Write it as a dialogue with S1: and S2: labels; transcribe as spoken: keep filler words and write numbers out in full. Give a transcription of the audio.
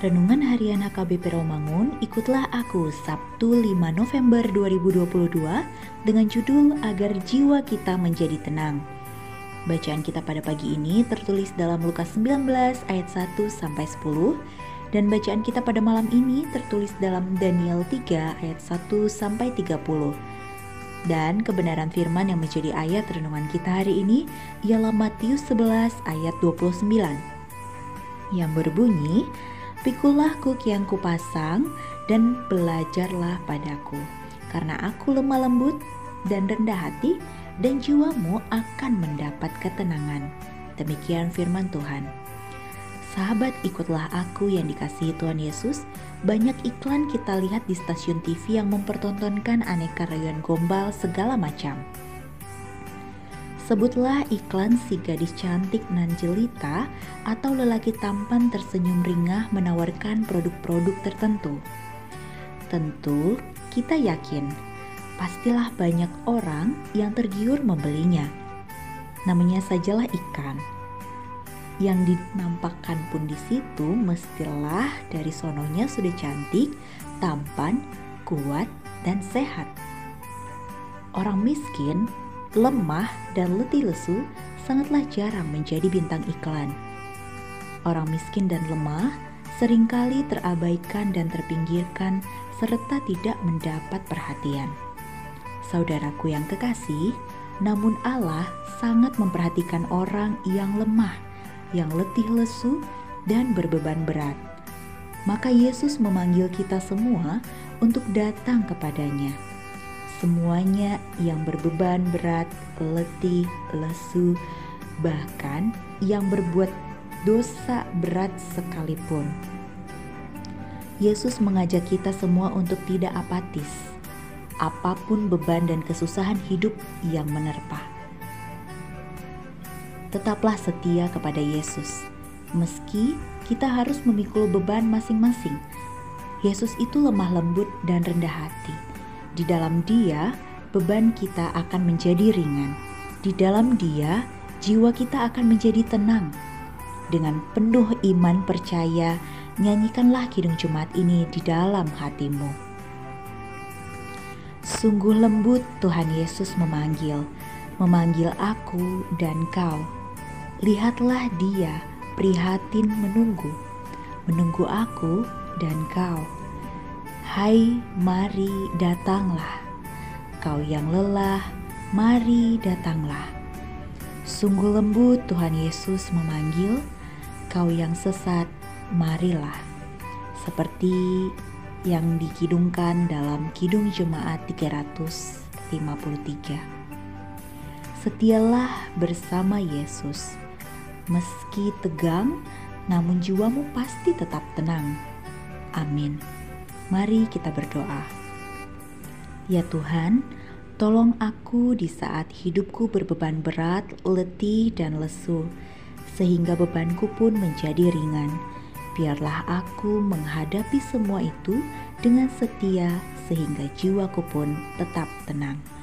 S1: Renungan Harian H K B P Romangun, ikutlah aku Sabtu lima November dua ribu dua puluh dua dengan judul Agar Jiwa Kita Menjadi Tenang. Bacaan kita pada pagi ini tertulis dalam Lukas sembilan belas ayat satu sampai sepuluh dan bacaan kita pada malam ini tertulis dalam Daniel tiga ayat satu sampai tiga puluh. Dan kebenaran firman yang menjadi ayat renungan kita hari ini ialah Matius sebelas ayat dua puluh sembilan yang berbunyi, "Pikulah kuk yang kupasang dan belajarlah padaku, karena aku lemah lembut dan rendah hati, dan jiwamu akan mendapat ketenangan." Demikian firman Tuhan. Sahabat, ikutlah aku yang dikasihi Tuhan Yesus. Banyak iklan kita lihat di stasiun T V yang mempertontonkan aneka rayuan gombal segala macam. Sebutlah iklan si gadis cantik nan jelita atau lelaki tampan tersenyum ringah menawarkan produk-produk tertentu. Tentu kita yakin pastilah banyak orang yang tergiur membelinya. Namanya sajalah iklan. Yang dinampakkan pun di situ mestilah dari sononya sudah cantik, tampan, kuat, dan sehat. Orang miskin, lemah, dan letih lesu sangatlah jarang menjadi bintang iklan. Orang miskin dan lemah seringkali terabaikan dan terpinggirkan serta tidak mendapat perhatian. Saudaraku yang kekasih, namun Allah sangat memperhatikan orang yang lemah, yang letih lesu, dan berbeban berat. Maka Yesus memanggil kita semua untuk datang kepadanya. Semuanya yang berbeban berat, letih, lesu, bahkan yang berbuat dosa berat sekalipun. Yesus mengajak kita semua untuk tidak apatis, apapun beban dan kesusahan hidup yang menerpa. Tetaplah setia kepada Yesus, meski kita harus memikul beban masing-masing. Yesus itu lemah lembut dan rendah hati. Di dalam Dia, beban kita akan menjadi ringan. Di dalam Dia, jiwa kita akan menjadi tenang. Dengan penuh iman percaya, nyanyikanlah Kidung Jumat ini di dalam hatimu. Sungguh lembut Tuhan Yesus memanggil, memanggil aku dan kau. Lihatlah Dia prihatin menunggu, menunggu aku dan kau. Hai, mari datanglah. Kau yang lelah, mari datanglah. Sungguh lembut Tuhan Yesus memanggil, kau yang sesat, marilah. Seperti yang dikidungkan dalam Kidung Jemaat tiga ratus lima puluh tiga. Setialah bersama Yesus. Meski tegang, namun jiwamu pasti tetap tenang. Amin. Mari kita berdoa. Ya Tuhan, tolong aku di saat hidupku berbeban berat, letih, dan lesu, sehingga bebanku pun menjadi ringan. Biarlah aku menghadapi semua itu dengan setia, sehingga jiwaku pun tetap tenang.